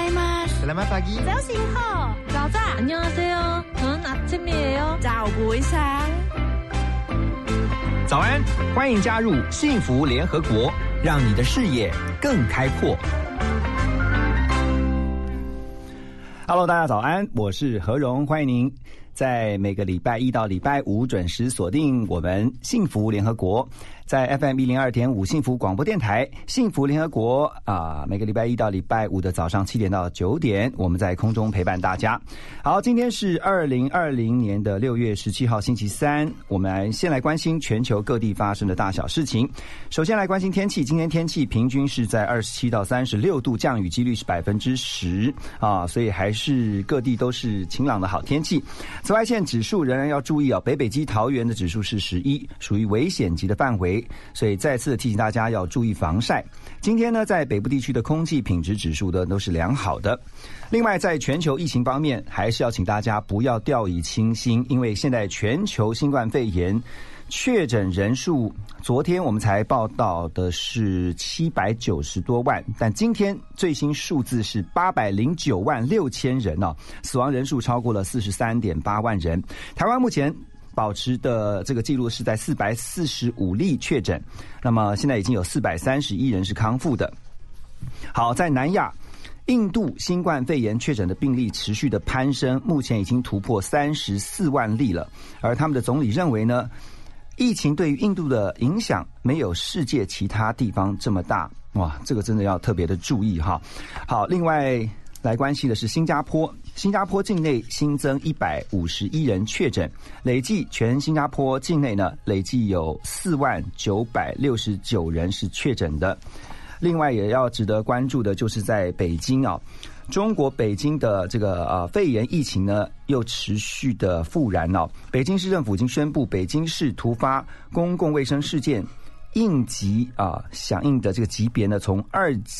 gozaimasu. Selamat pagi. 早醒好，早早。 안녕하세요. 저는 아침이에요. 早不会上。 早安，欢迎加入幸福联合国，让你的视野更开阔。Hello， 大家早安，我是何荣，欢迎您在每个礼拜一到礼拜五准时锁定我们幸福联合国，在 FM102.5 幸福广播电台幸福联合国每个礼拜一到礼拜五的早上7点到9点，我们在空中陪伴大家。好，今天是2020年的6月17号星期三，我们先来关心全球各地发生的大小事情。首先来关心天气，今天天气平均是在27到36度，降雨几率是10%所以还是各地都是晴朗的好天气。紫外线指数仍然要注意北基桃园的指数是11，属于危险级的范围，所以再次提醒大家要注意防晒。今天呢，在北部地区的空气品质指数呢都是良好的。另外，在全球疫情方面，还是要请大家不要掉以轻心，因为现在全球新冠肺炎确诊人数，昨天我们才报道的是790多万，但今天最新数字是809万6千人死亡人数超过了43.8万人。台湾目前保持的这个记录是在445例确诊，那么现在已经有431人是康复的。好，在南亚，印度新冠肺炎确诊的病例持续的攀升，目前已经突破34万例了，而他们的总理认为呢，疫情对于印度的影响没有世界其他地方这么大。哇，这个真的要特别的注意哈。好，另外来关心的是新加坡境内新增151人确诊，累计全新加坡境内呢，累计有4万969人是确诊的。另外也要值得关注的就是在北京中国北京的这个肺炎疫情呢又持续的复燃北京市政府已经宣布，北京市突发公共卫生事件应急响应的这个级别呢，从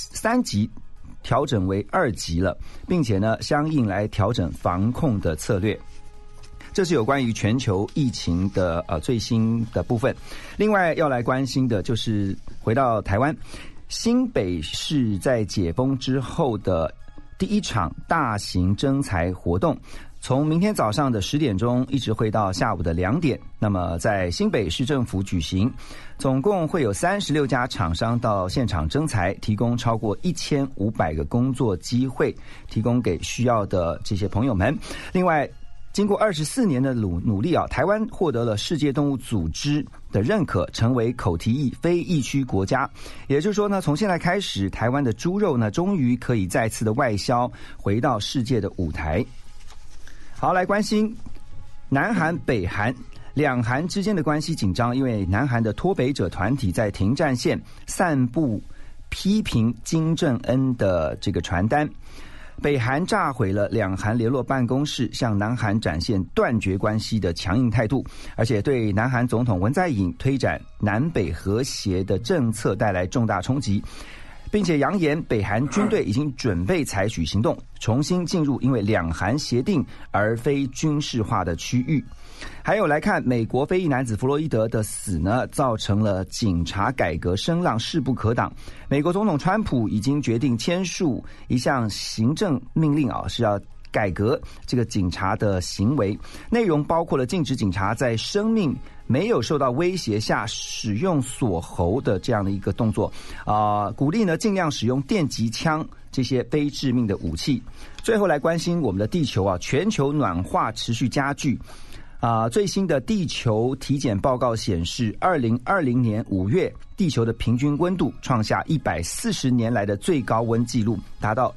3级调整为2级了，并且呢相应来调整防控的策略。这是有关于全球疫情的最新的部分。另外要来关心的就是回到台湾，新北市在解封之后的第一场大型征才活动，从明天早上的10点钟一直会到下午的2点，那么在新北市政府举行，总共会有36家厂商到现场征才，提供超过1500个工作机会，提供给需要的这些朋友们。另外经过24年的努力台湾获得了世界动物组织的认可，成为口蹄疫非疫区国家。也就是说呢，从现在开始，台湾的猪肉呢，终于可以再次的外销，回到世界的舞台。好，来关心南韩、北韩两韩之间的关系紧张，因为南韩的脱北者团体在停战线散布批评金正恩的这个传单。北韩炸毁了两韩联络办公室，向南韩展现断绝关系的强硬态度，而且对南韩总统文在寅推展南北和谐的政策带来重大冲击，并且扬言北韩军队已经准备采取行动，重新进入因为两韩协定而非军事化的区域。还有来看美国非裔男子弗洛伊德的死呢，造成了警察改革声浪势不可挡。美国总统川普已经决定签署一项行政命令是要改革这个警察的行为，内容包括了禁止警察在生命没有受到威胁下使用锁喉的这样的一个动作，鼓励呢尽量使用电击枪这些非致命的武器。最后来关心我们的地球全球暖化持续加剧。最新的地球体检报告显示，2020年5月，地球的平均温度创下140年来的最高温纪录，达到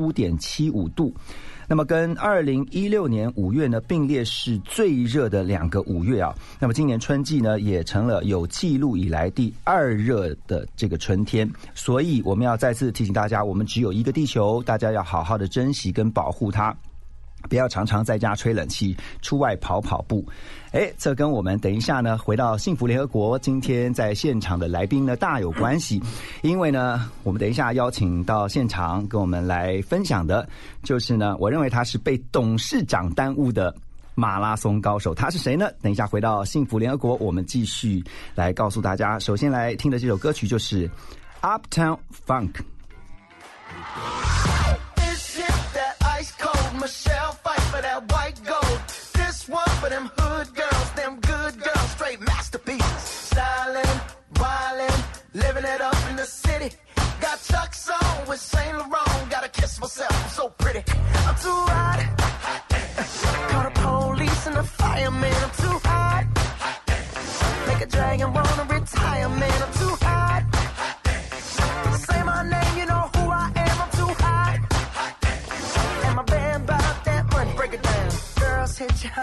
15.75 度。那么跟2016年5月呢并列是最热的2个5月那么今年春季呢也成了有记录以来第2热的这个春天。所以我们要再次提醒大家，我们只有一个地球，大家要好好的珍惜跟保护它，不要常常在家吹冷气，出外跑步。这跟我们等一下呢回到幸福联合国今天在现场的来宾呢大有关系。因为呢我们等一下邀请到现场跟我们来分享的就是呢，我认为他是被董事长耽误的马拉松高手。他是谁呢？等一下回到幸福联合国我们继续来告诉大家。首先来听的这首歌曲就是 Uptown Funk。 This is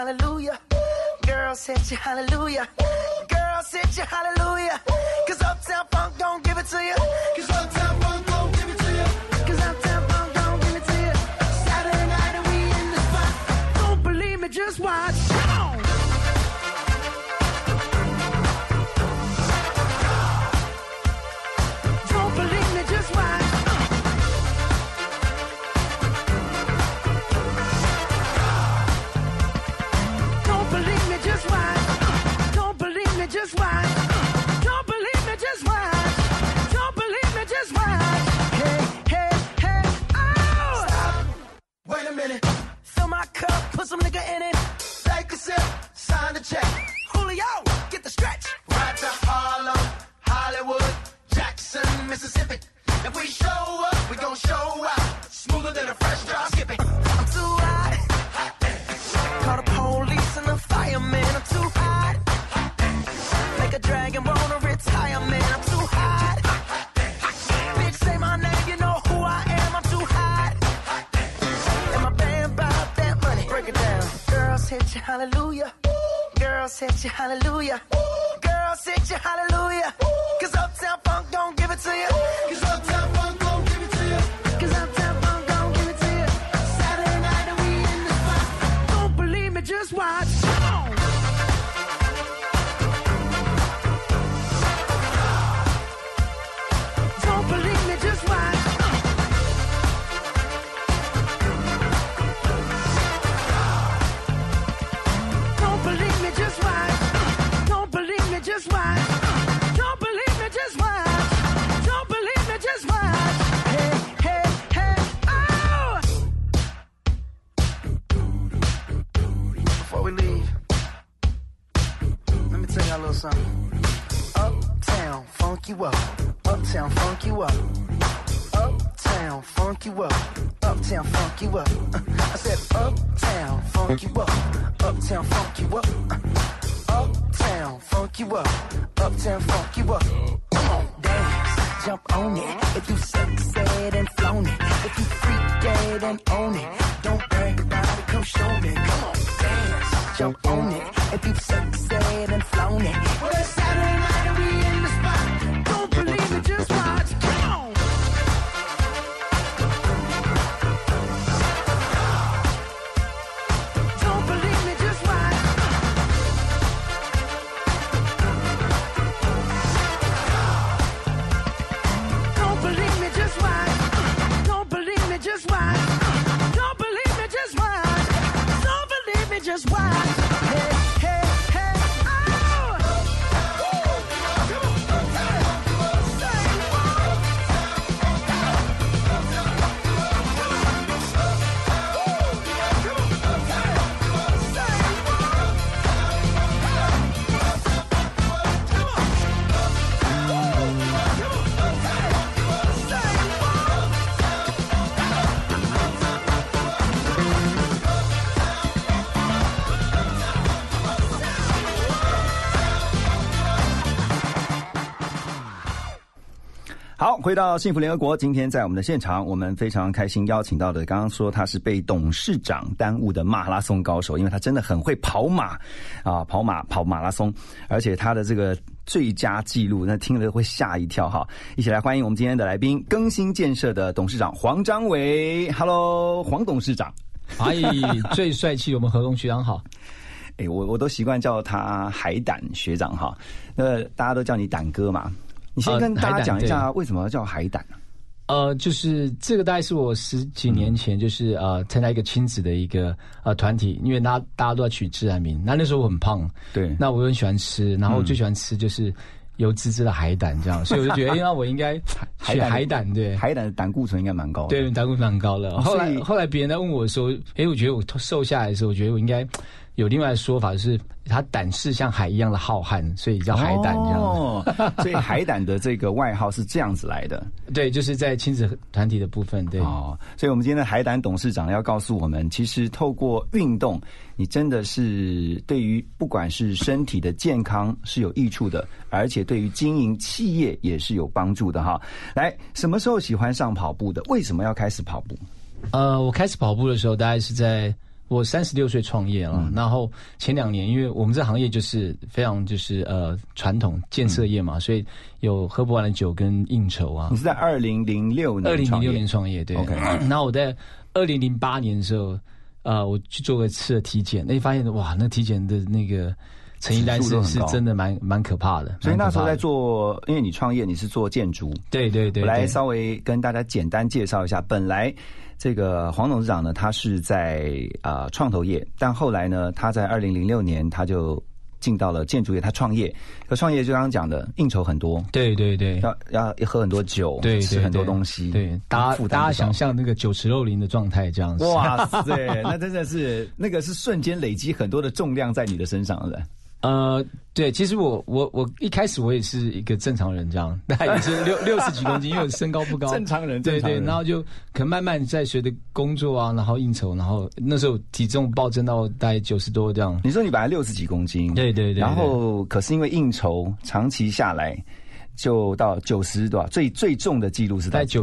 hallelujah. Girls hit you, hallelujah. Girls hit you, hallelujah. 'Cause Uptown Funk don't give it to you. 'Cause Uptown Funk don't give it to you. 'Cause Uptown Funk don't give it to you. Saturday night and we in the spot. Don't believe me, just watch. Don't believe me, just watch. Don't believe me, just watch. Don't believe me, just watch. Don't believe me, just watch. Don't believe me, just watch. Hey, hey, hey, oh! Stop. Wait a minute. Fill my cup, put some nigga in it. Take a sip, sign the check. Julio, get the stretch. Right to Harlem, Hollywood, Jackson, Mississippi. If we show up, we gon' show out. Smoother than a fresh drop. Skip it. I'm too hot. Call the police and the fireman. I'm too hot. Make a dragon wanna retire, man. I'm too hot. Bitch, say my name, you know who I am. I'm too hot. And my band bought that money. Break it down. Girls hit you, hallelujah. Girls hit you, hallelujah. Girls hit you, hallelujah. 'Cause Uptown Funk don't give it to you. 'Cause Uptown Funk don't give it to you. 'Cause Uptown Funk don't give it to you. Saturday night and we in the spot. Don't believe me, just watch. Don't believe me, just watch. Don't believe me, just watch. Don't believe me, just watch. Don't believe me, just watch. Don't believe me, just watch. Hey, hey, hey, oh! Before we leave, let me tell y'all a little something. Uptown, funk you up. Uptown, funk you up. Uptown, funk you up. Uptown, funk you up. I said uptown, funk you up. Uptown, funk you up. Uptown, funk you up. Uptown, funk you up. Come on, dance, jump on it. If you sexed and flown it. If you freaked and own it. Don't brag about it, come show me. Come on, dance, jump on it. If you sexed and flown it. Well, it's Saturday night and we in the spot. Don't believe me, just watch. Come on. Don't believe me, just watch. Don't believe me, just watch. Don't believe me, just watch. Don't believe me, just watch. Don't believe me, just watch. Hey, hey, hey, oh! 好，回到幸福联合国，今天在我们的现场，我们非常开心邀请到的，刚刚说他是被董事长耽误的马拉松高手，因为他真的很会跑马啊，跑马拉松，而且他的这个最佳纪录，那听了会吓一跳哈！一起来欢迎我们今天的来宾，更新建设的董事长黄章伟 ，Hello， 黄董事长， 哎，最帅气，我们何东学长好。 我都习惯叫他海胆学长哈，大家都叫你胆哥嘛。你先跟大家讲一下为什么要叫海胆呢？ 就是这个大概是我10几年前就是参加一个亲子的一个团体，因为大家都要取自然名，那时候我很胖， 对， 那我很喜欢吃，然后我最喜欢吃就是油滋滋的海胆这样，所以我就觉得那我应该选海胆，对， 海胆的胆固醇应该蛮高的， 对，胆固醇蛮高的。后来别人在问我说，我觉得我瘦下来的时候，我觉得我应该有另外的说法，就是它胆是像海一样的浩瀚，所以叫海胆这样。 哦，所以海胆的这个外号是这样子来的。 对，就是在亲子团体的部分。对。 哦，所以我们今天的海胆董事长要告诉我们，其实透过运动，你真的是对于不管是身体的健康是有益处的，而且对于经营企业也是有帮助的哈。来，什么时候喜欢上跑步的？为什么要开始跑步？ 我开始跑步的时候，大概是在我36岁创业了，然后前2年，因为我们这行业就是非常就是传统建设业嘛，所以有喝不完的酒跟应酬啊。 你是在2006年创业，对。 OK， 然后我在2008年的时候，我去做个次的体检，发现哇，那体检的那个成绩单是真的蛮可怕的。 所以那时候在做，因为你创业你是做建筑， 对，我来稍微跟大家简单介绍一下。本来这个黄董事长呢，他是在创投业，但后来呢，他在2006年他就进到了建筑业，他创业。可创业就刚刚讲的，应酬很多， 对， 要喝很多酒， 对， 吃很多东西， 对，大家想象那个酒池肉林的状态这样子。 哇塞，那真的是那个是瞬间累积很多的重量在你的身上的。 对，其实我一开始我也是一个正常人这样，大概也是60几公斤，因为我身高不高， 正常人， 对，然后就可能慢慢在随着工作啊，然后应酬，然后那时候体重暴增到大概90多这样。 你说你本来60几公斤， 对， 然后可是因为应酬长期下来，就到90多少，最重的记录是大概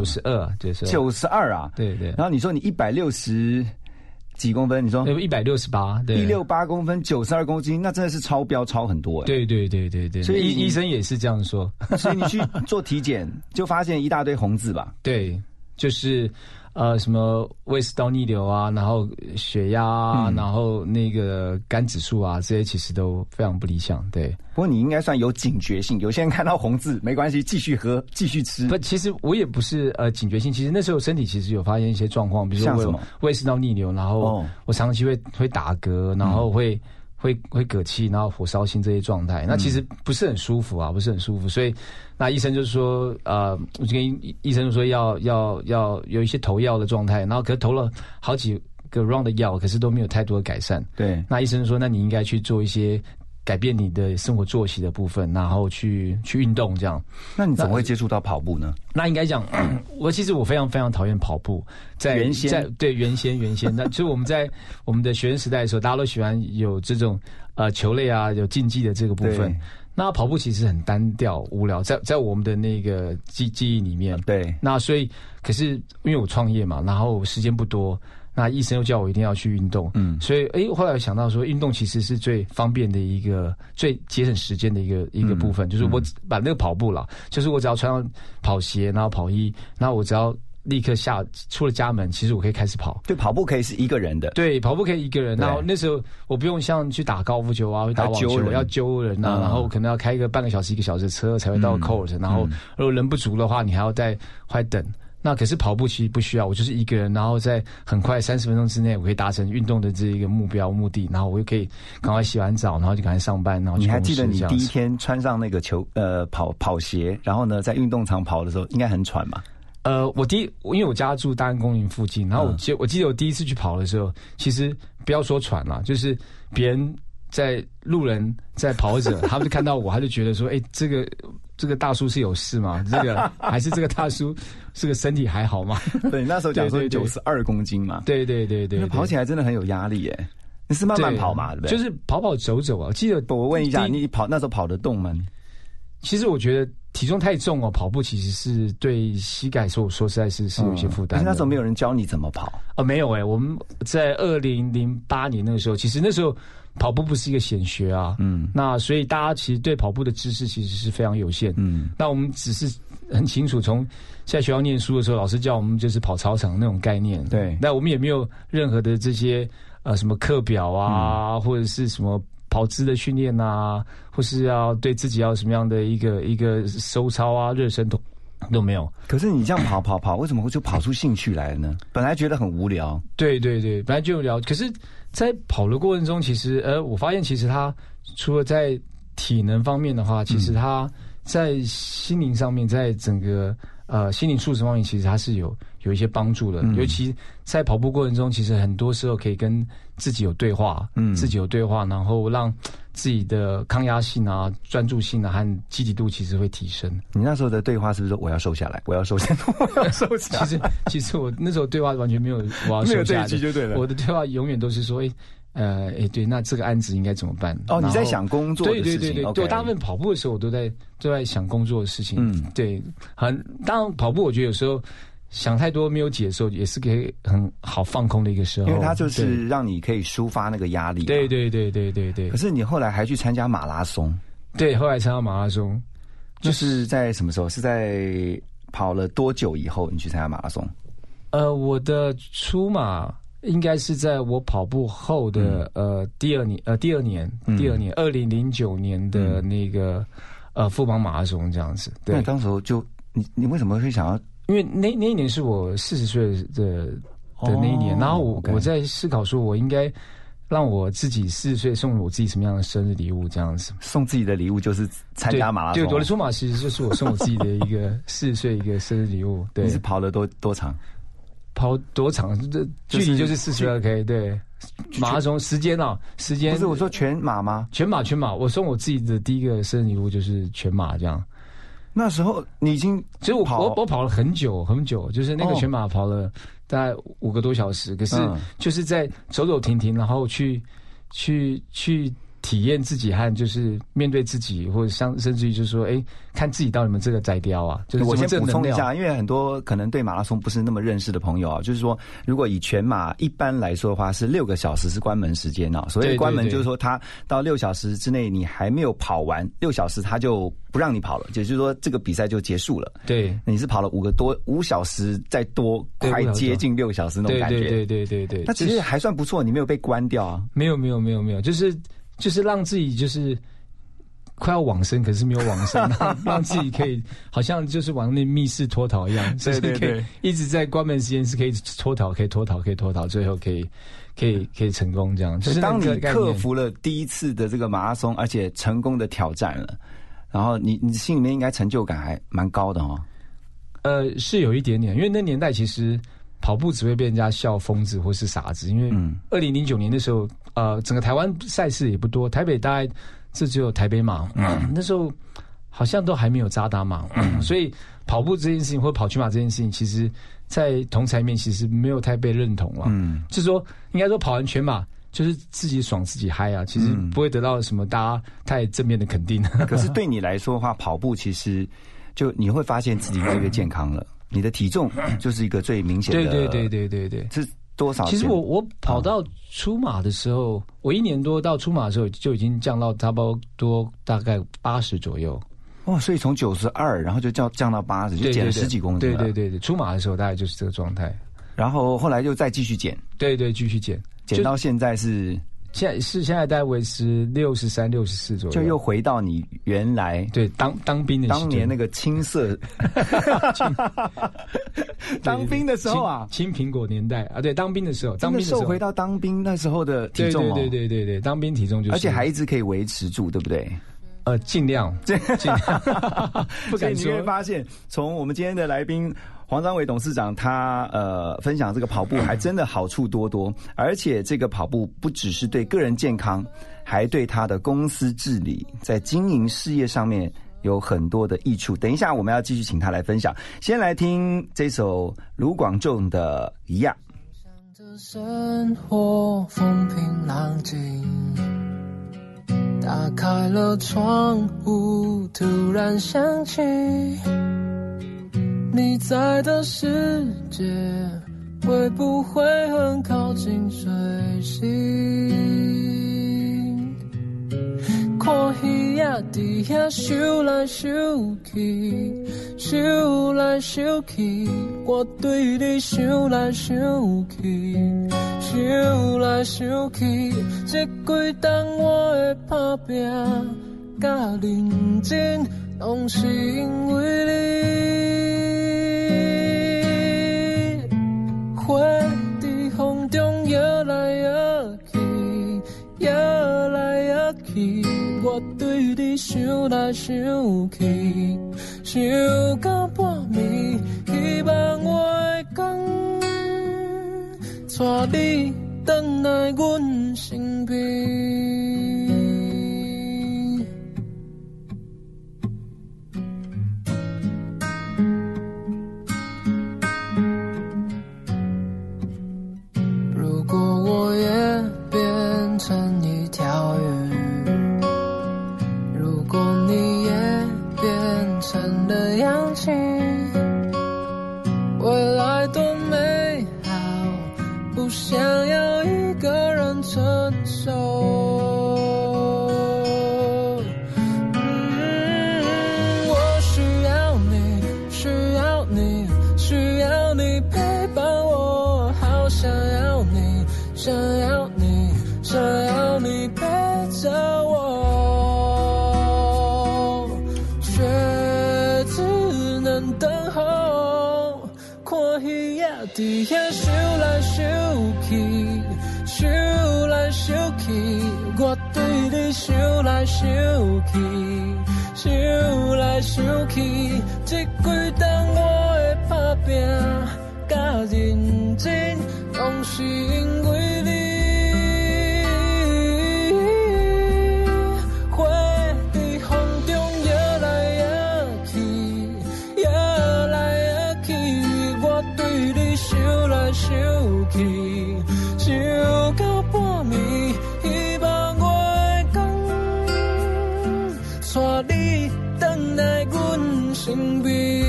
92 啊， 对。 然后你说你160几公分？你说 168，对 ，168公分，92公斤，那真的是超标，超很多。 对，所以医生也是这样说。 所以你去做体检，就发现一大堆红字吧？ 对，就是什么胃食道逆流啊，然后血压啊，然后那个肝指数啊，这些其实都非常不理想。对， 不过你应该算有警觉性。有些人看到红字没关系，继续喝，继续吃。 不，其实我也不是警觉性。其实那时候身体其实有发现一些状况，比如说我有胃食道逆流，然后我长期会打嗝，然后会嗝气，然后火烧心这些状态，那其实不是很舒服啊，不是很舒服。所以那医生就说，我就跟医生就说要有一些投药的状态，然后可是投了好几个 round 的药，可是都没有太多的改善。 对， 那医生说，那你应该去做一些改变你的生活作息的部分，然后去运动这样。 那你怎么会接触到跑步呢？ 那应该讲，其实我非常非常讨厌跑步。原先，那就是我们在我们的学生时代的时候，大家都喜欢有这种球类啊，有竞技的这个部分。那跑步其实很单调无聊，在我们的那个记忆里面。对。那所以，可是因为我创业嘛，然后时间不多。那医生又叫我一定要去运动，所以后来想到说，运动其实是最方便的一个、最节省时间的一个部分，就是我把那个跑步啦，就是我只要穿上跑鞋，然后跑衣，然后我只要立刻出了家门，其实我可以开始跑。 对，跑步可以是一个人的， 对，跑步可以一个人。然后那时候我不用像去打高尔夫球啊，打网球要揪人啊，然后可能要开个半个小时、1个小时的车才会到 court，然后如果人不足的话，你还要在等。那可是跑步其实不需要，我就是一个人，然后在很快30分钟之内，我可以达成运动的这一个目的，然后我就可以赶快洗完澡，然后就赶快上班，然后去公司。 你还记得你第一天穿上那个跑鞋，然后呢在运动场跑的时候，应该很喘吧？ 因为我家住大安公园附近，然后我记得我第一次去跑的时候，其实不要说喘啦，就是别人路人在跑者，他们就看到我，他就觉得说，这个大叔是有事吗？这个还是这个大叔这个身体还好吗？ 对，那时候讲说92公斤嘛。 对， 那跑起来真的很有压力耶。你是慢慢跑嘛，对不对？ 就是跑走啊。我记得我问一下，你那时候跑得动吗？ 其实我觉得体重太重哦，跑步其实是对膝盖说实在是有一些负担。 可是那时候没有人教你怎么跑没有我们在2008年那个时候，其实那时候跑步不是一个显学啊，那所以大家其实对跑步的知识其实是非常有限，那我们只是很清楚，从在学校念书的时候，老师教我们就是跑操场那种概念，对，那我们也没有任何的这些什么课表啊，或者是什么跑姿的训练啊，或是要对自己要什么样的一个收操啊、热身都没有。 可是你这样跑，为什么会就跑出兴趣来了呢？本来觉得很无聊。 对，本来就无聊。可是，在跑的过程中，其实我发现，其实他除了在体能方面的话，其实他在心灵上面，在整个心灵素质方面，其实他是有一些帮助的。尤其在跑步过程中，其实很多时候可以跟自己有对话，然后让自己的抗压性啊、专注性啊和积极度其实会提升。 你那时候的对话是不是说我要瘦下来，我要瘦下来？ 其实我那时候对话完全没有我要瘦下来， 就对了。 我的对话永远都是说，对，那这个案子应该怎么办？ 你在想工作的事情。 对，我大部分跑步的时候，我都在想工作的事情。对，当然跑步，我觉得有时候想太多没有解的时候，也是可以很好放空的一个时候。 因为它就是让你可以抒发那个压力。 对对对对对对。 可是你后来还去参加马拉松。 对，后来参加马拉松， 就是在什么时候？是在跑了多久以后你去参加马拉松？ 我的出马应该是在我跑步后的第二年2009年的那个富邦马拉松这样子。对， 那当时候就你为什么会想要？ 因为那一年是我40岁的那一年，然后我在思考说，我应该让我自己40岁送我自己什么样的生日礼物这样子。 送自己的礼物就是参加马拉松。 对，我的出马其实就是我送我自己的一个40岁一个生日礼物。对， 你是跑了多长？ 跑多长？这距离就是42K。对，马拉松时间不是我说全马吗？ 全马。我送我自己的第一个生日礼物就是全马这样。 那时候你已经， 其实我跑了很久，就是那个全马跑了大概5个多小时，可是就是在走走停停，然后去体验自己和就是面对自己，或者甚至于就是说，看自己到底有没有这个摘雕啊。就是我先补充一下，因为很多可能对马拉松不是那么认识的朋友啊，就是说，如果以全马一般来说的话，是6个小时是关门时间啊。所谓关门就是说，他到6小时之内你还没有跑完，6小时他就不让你跑了，也就是说这个比赛就结束了。对，你是跑了5小时再多，快接近6小时那种感觉。对，那其实还算不错，你没有被关掉啊。 没有，就是让自己就是快要往生，可是没有往生，让自己可以好像就是往那密室脱逃一样，就是可以一直在关门时间是可以脱逃，最后可以成功这样。就是当你克服了第一次的这个马拉松，而且成功的挑战了，然后你心里面应该成就感还蛮高的哦。 是有一点点，因为那年代其实跑步只会被人家笑疯子或是傻子，因为2009年的时候，整个台湾赛事也不多，台北大概这只有台北马，那时候好像都还没有渣打马，所以跑步这件事情或跑全马这件事情，其实在同才面其实没有太被认同了。就是说应该说跑完全马就是自己爽自己嗨啊，其实不会得到什么大家太正面的肯定。 可是对你来说的话，跑步其实就你会发现自己越来越健康了。你的体重就是一个最明显的。 对， 是多少？ 其实我跑到出马的时候，我1年多到出马的时候就已经降到差不多大概80左右。 所以从92，然后就降到80，就减了10几公斤了。 对，出马的时候大概就是这个状态。 然后后来就再继续减。 对，继续减到现在是。 现在大概维持63、64左右， 就又回到你原来当兵的当年那个青涩当兵的时候啊， 青苹果年代啊，对，当兵的时候， 真的瘦回到当兵那时候的体重。 对，当兵体重就是， 而且还一直可以维持住，对不对？ 尽量，不敢说。 你会发现，从我们今天的来宾黄章伟董事长他分享这个跑步还真的好处多多，而且这个跑步不只是对个人健康，还对他的公司治理在经营事业上面有很多的益处。等一下我们要继续请他来分享，先来听这首卢广仲的《一样》。 生活风平浪静，打开了窗户，突然想起你在的世界会不会很靠近水星？看鱼仔伫遐游来游去，游来游去，我对你想来想去，想来想去，这几冬我的打拼甲认真，拢是因为你。花在风中摇来摇去，摇来摇去，我对你想来想去，想到半暝，希望我的天带你回来阮身边。如果我也变成一条鱼，如果你也变成了氧气，未来想要一个人承受。我需要你，需要你，需要你陪伴我，好想要你，想要你，想要你陪着我，却只能等候。看鱼仔伫遐游来游去，游来游去，我对你游来游去，游来游去，这几冬我的打拼甲认真，拢是因为你。花在风中摇来摇去，摇来摇去，我对你想来想去，想到半暝，希望我的讲，带你回来阮身边。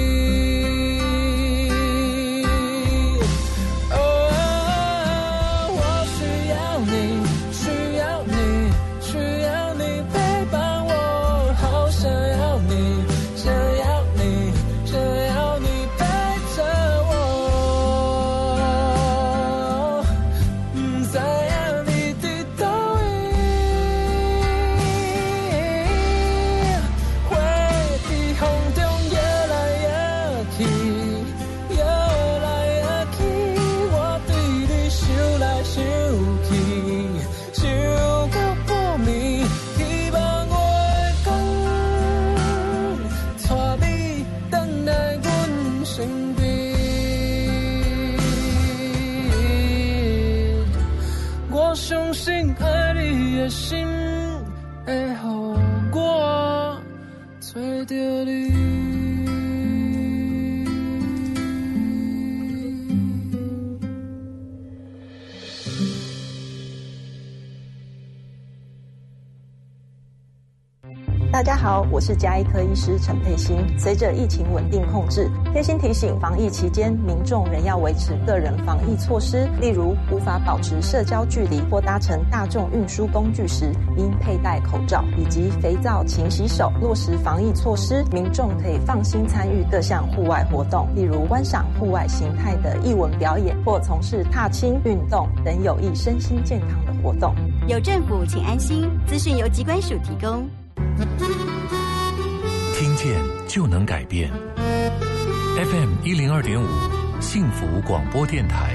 我相信爱你的心会予我找到你。 大家好，我是家医科医师陈佩欣。随着疫情稳定控制，贴心提醒，防疫期间民众仍要维持个人防疫措施，例如无法保持社交距离或搭乘大众运输工具时应佩戴口罩，以及肥皂勤洗手。落实防疫措施，民众可以放心参与各项户外活动，例如观赏户外形态的艺文表演，或从事踏青运动等有益身心健康的活动。 有政府请安心，资讯由疾管署提供。 听见就能改变。FM 102.5幸福广播电台。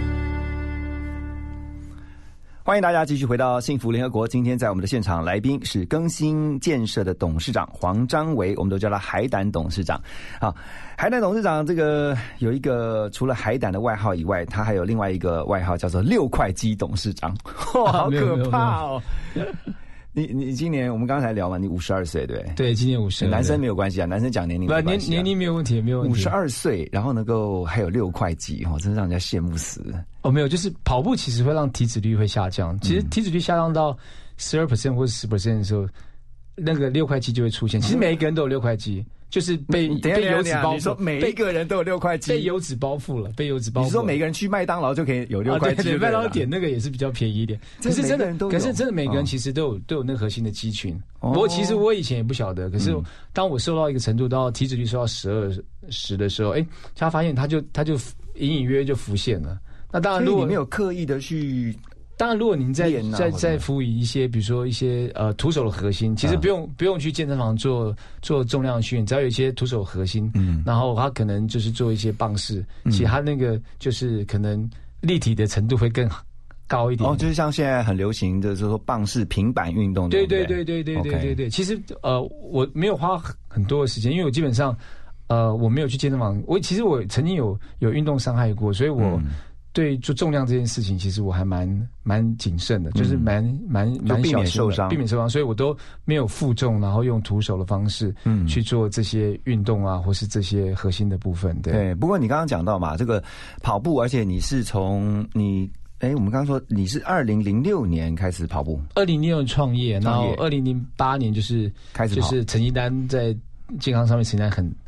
欢迎大家继续回到幸福联合国。今天在我们的现场来宾是更新建设的董事长黄章维，我们都叫他海胆董事长。好，海胆董事长这个有一个除了海胆的外号以外，他还有另外一个外号叫做6块肌董事长。哇，好可怕哦！你今年我们刚才聊嘛，你52岁对不对？ 对，今年50。 男生没有关系啊，男生讲年龄没关系、啊。 年龄没有问题，没有问题。 52岁，然后能够还有6块肌，真是让人家羡慕死。 哦，没有，就是跑步其实会让体脂率会下降。其实体脂率下降到12% 或者10% 的时候，那个6块肌就会出现。其实每一个人都有6块肌。就是被油脂包覆。 你说每一个人都有6块肌， 被油脂包覆了，被油脂包覆了。 你说每个人去麦当劳就可以有6块肌？ 对，麦当劳点那个也是比较便宜一点。可是真的，每个人其实都有那个核心的肌群。其实我以前也不晓得，可是当我瘦到一个程度，到体脂率瘦到12%的时候，他发现他就隐隐约约就浮现了。那当然，如果你没有刻意的去。 当然，如果您再辅以一些，比如说一些徒手的核心，其实不用去健身房做重量训练，只要有一些徒手核心，然后他可能就是做一些棒式，其实他那个就是可能立体的程度会更高一点。 哦，就是像现在很流行的，就是说棒式平板运动。 对。其实我没有花很多的时间，因为我基本上我没有去健身房，我曾经有运动伤害过，所以我。对，做重量这件事情，其实我还蛮谨慎的，就是蛮避免受伤， 所以我都没有负重，然后用徒手的方式去做这些运动啊，或是这些核心的部分。对。 不过你刚刚讲到嘛，这个跑步，而且你是从我们刚刚说你是2006年开始跑步 ，2006年创业，然后2008年就是开始跑，就是成绩单在健康上面成绩单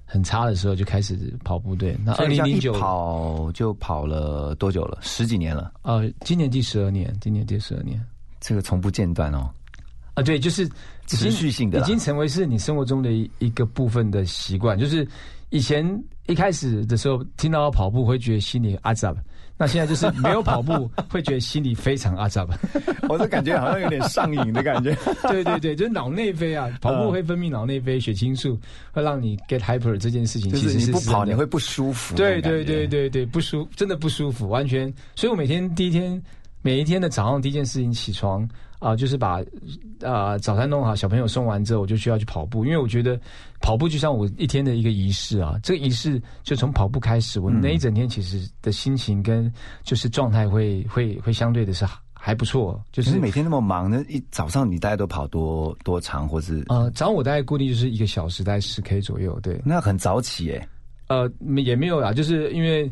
很差的时候就开始跑步。对，那2009 跑就跑了多久了？10几年了。 今年第12年， 这个从不间断哦。 对，就是持续性的， 已经成为是你生活中的一个部分的习惯。就是以前一开始的时候听到跑步会觉得心里阿杂，那现在就是没有跑步会觉得心里非常阿杂。 我的感觉好像有点上瘾的感觉。 对对对，就是脑内啡啊，跑步会分泌脑内啡、血清素，会让你 get hyper 这件事情，其实是你不跑你会不舒服。 对对对对对，不舒服，真的不舒服，完全。所以我每一天的早上第一件事情起床就是把早餐弄好，小朋友送完之后，我就需要去跑步，因为我觉得跑步就像我一天的一个仪式啊。这个仪式就从跑步开始，我那一整天其实的心情跟就是状态会相对的是还不错。就是每天那么忙呢，早上你大概都跑多长，或是早上我大概固定就是1个小时，大概10K 左右。对， 那很早起耶。 也没有啦，就是因为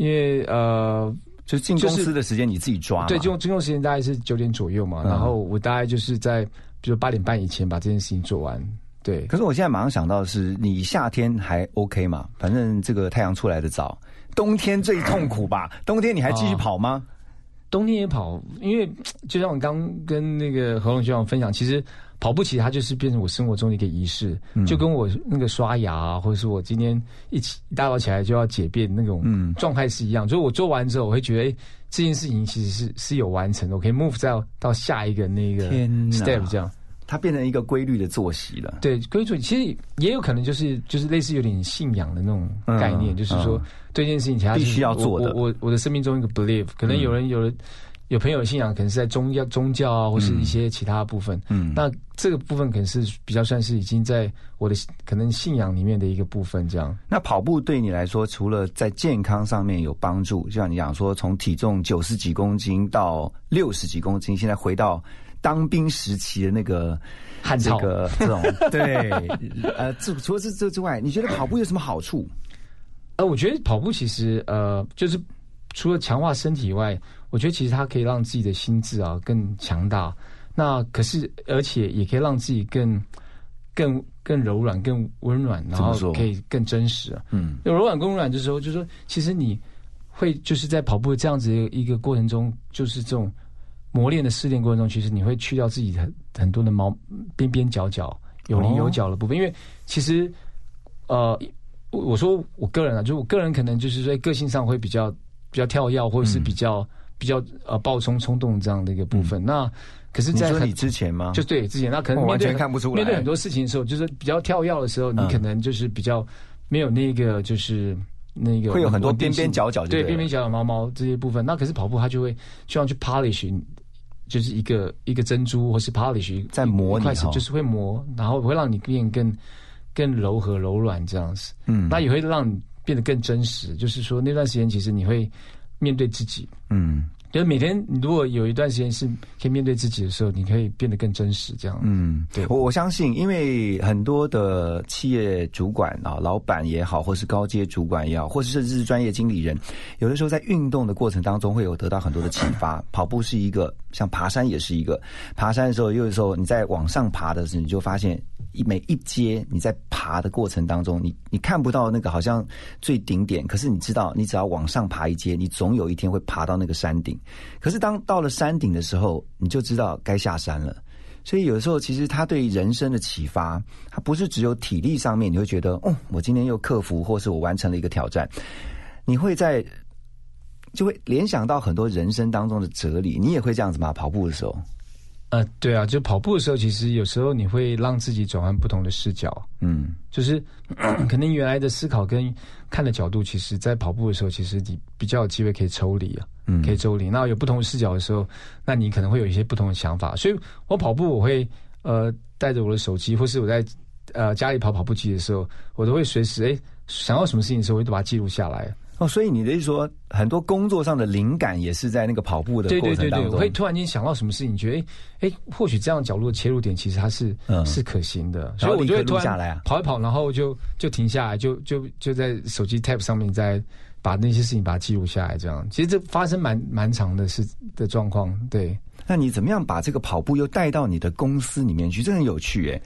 就是进公司的时间你自己抓嘛。 对，进公司时间大概是9点左右嘛，然后我大概就是在比如8点半以前把这件事情做完。对。可是我现在马上想到的是，你夏天还 OK 嘛？反正这个太阳出来的早，冬天最痛苦吧？冬天你还继续跑吗？ 冬天也跑，因为就像我刚跟那个何龙学长分享，其实跑步其实它就是变成我生活中的一个仪式，就跟我那个刷牙啊，或者是我今天一大早起来就要解便那种状态是一样。就是我做完之后，我会觉得，这件事情其实是有完成的，我可以 move 到下一个那个 step 这样。 它变成一个规律的作息了。 对，规律其实也有可能就是类似有点信仰的那种概念，就是说对这件事情它必须要做的。 我的生命中一个 belief， 可能有朋友的信仰可能是在宗教啊，或是一些其他部分。那这个部分可能是比较算是已经在我的可能信仰里面的一个部分这样。 那跑步对你来说，除了在健康上面有帮助，就像你讲说从体重90几公斤到60几公斤，现在回到当兵时期的那个汗臭这种对除了这之外，你觉得跑步有什么好处？ 我觉得跑步其实就是除了强化身体以外，我觉得其实它可以让自己的心智更强大。那可是而且也可以让自己更柔软、更温暖，然后可以更真实。柔软跟温软的时候，就是说其实你会就是在跑步这样子的一个过程中，就是这种磨练的试炼过程中，其实你会去掉自己很多的边边角角、有棱有角的部分。因为其实我说我个人就是我个人可能就是说个性上会比较跳跃，或者是比较暴冲动这样的一个部分。那可是在你说你之前吗？ 就对之前，那可能完全看不出来。 面对很多事情的时候，就是比较跳跃的时候，你可能就是比较没有那个就是那个会有很多边边角角， 对边边角角毛这些部分。那可是跑步它就会希望去 polish。就是一个珍珠，或是 polish 在磨你， 就是会磨，然后会让你变更柔和柔软这样子。那也会让你变得更真实。就是说那段时间其实你会面对自己。就是每天你如果有一段时间是可以面对自己的时候，你可以变得更真实这样。 对，我相信，因为很多的企业主管老板也好，或是高阶主管也好，或是甚至是专业经理人，有的时候在运动的过程当中会有得到很多的启发。跑步是一个，像爬山也是一个。爬山的时候，有的时候你在往上爬的时候，你就发现每一阶你在爬的过程当中，你看不到那个好像最顶点，可是你知道，你只要往上爬一阶，你总有一天会爬到那个山顶。可是当到了山顶的时候，你就知道该下山了。所以有的时候其实他对人生的启发，他不是只有体力上面，你会觉得我今天又克服，或是我完成了一个挑战，你会就会联想到很多人生当中的哲理。你也会这样子吗？跑步的时候？ 对啊，就跑步的时候，其实有时候你会让自己转换不同的视角。就是可能原来的思考跟看的角度，其实在跑步的时候，其实你比较有机会可以抽离可以抽离。那有不同的视角的时候，那你可能会有一些不同的想法。所以我跑步，我会带着我的手机，或是我在家里跑步机的时候，我都会随时想到什么事情的时候，我会把它记录下来。 所以你的意思说，很多工作上的灵感也是在那个跑步的过程当中。 对，我会突然间想到什么事情，觉得或许这样角度的切入点，其实它是可行的，所以我就会突然跑一跑，然后就停下来，就在手机 tab 上面再把那些事情把它记录下来，这样其实这发生蛮长的状况。对， 那你怎么样把这个跑步又带到你的公司里面去？这很有趣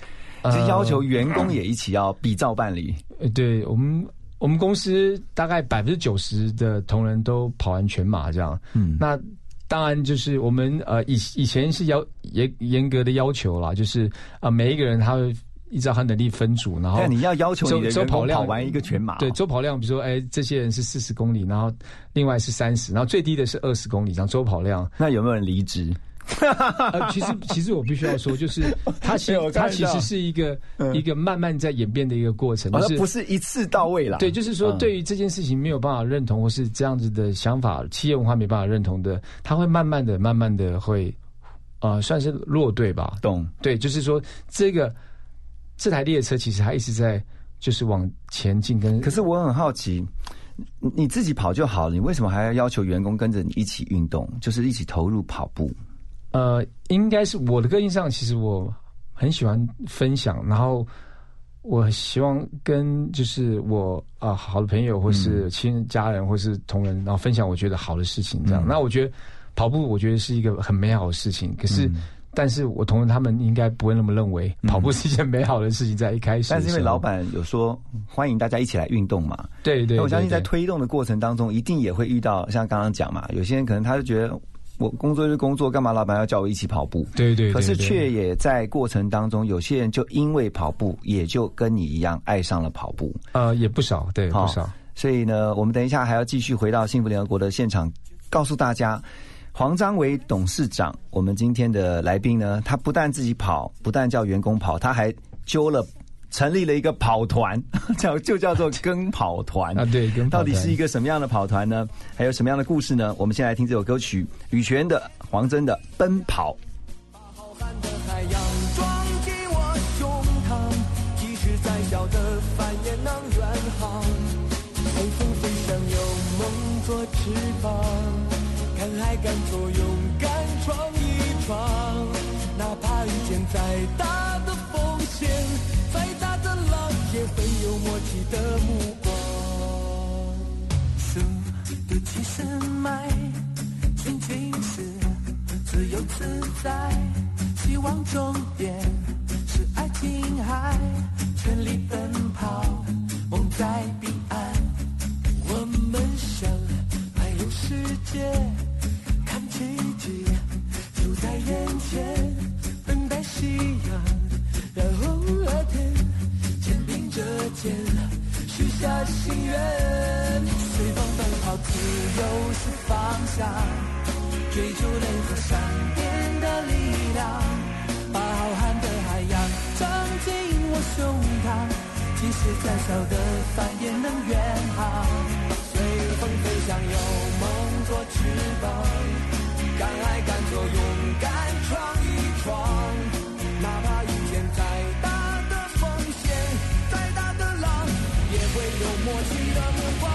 是要求员工也一起要比照办理。 对，我们公司大概90%的同仁都跑完全马这样。那当然就是我们以前是严格的要求啦，就是每一个人他会依照他能力分组，然后你要求你的员工跑完一个全马。 对，周跑量比如说这些人是40公里，然后另外是30，然后最低的是20公里这样周跑量。 那有没有人离职？ 其实我必须要说，就是它其实是一个慢慢在演变的一个过程，就是不是一次到位啦。 对，就是说对于这件事情没有办法认同，或是这样子的想法，企业文化没办法认同的，它会慢慢的会算是落队吧。 懂？对， 就是说这台列车其实它一直在就是往前进。 可是我很好奇，你自己跑就好了，你为什么还要求员工跟着你一起运动，就是一起投入跑步？ 应该是我的个性上，其实我很喜欢分享，然后我希望跟就是我好的朋友或是家人或是同仁，然后分享我觉得好的事情这样。那我觉得跑步我觉得是一个很美好的事情，可是但是我同仁他们应该不会那么认为跑步是一件美好的事情在一开始。 但是因为老板有说欢迎大家一起来运动嘛， 对， 那我相信在推动的过程当中一定也会遇到像刚刚讲嘛，有些人可能他就觉得我工作就是工作，干嘛老板要叫我一起跑步？ 对， 可是却也在过程当中，有些人就因为跑步，也就跟你一样爱上了跑步。 也不少，对，不少。 所以呢，我们等一下还要继续回到幸福联合国的现场，告诉大家，黄章维董事长，我们今天的来宾呢，他不但自己跑，不但叫员工跑，他还成立了一个跑团，就叫做跟跑团啊。对，跟跑团到底是一个什么样的跑团呢？还有什么样的故事呢？我们先来听这首歌曲，吕泉的、黄真的《奔跑》。 把浩瀚的海洋装进我胸膛，即使再小的帆也能远航。随风飞翔，有梦做翅膀，敢爱敢做，勇敢闯一闯。哪怕遇见再大的风险，再大的浪也会有默契的目光。速度起身迈，前进时自由自在，希望终点是爱琴海，全力奔跑，梦在彼岸。我们想环游世界，看奇迹就在眼前，等待夕阳，然后天肩并着肩，许下心愿。随风奔跑，自由是方向，追逐雷和闪电的力量，把浩瀚的海洋装进我胸膛，即使再小的帆也能远航。随风飞翔，有梦做翅膀，敢爱敢做，勇敢闯一闯。哪怕遇见再大的风险，再大的浪，也会有默契的目光。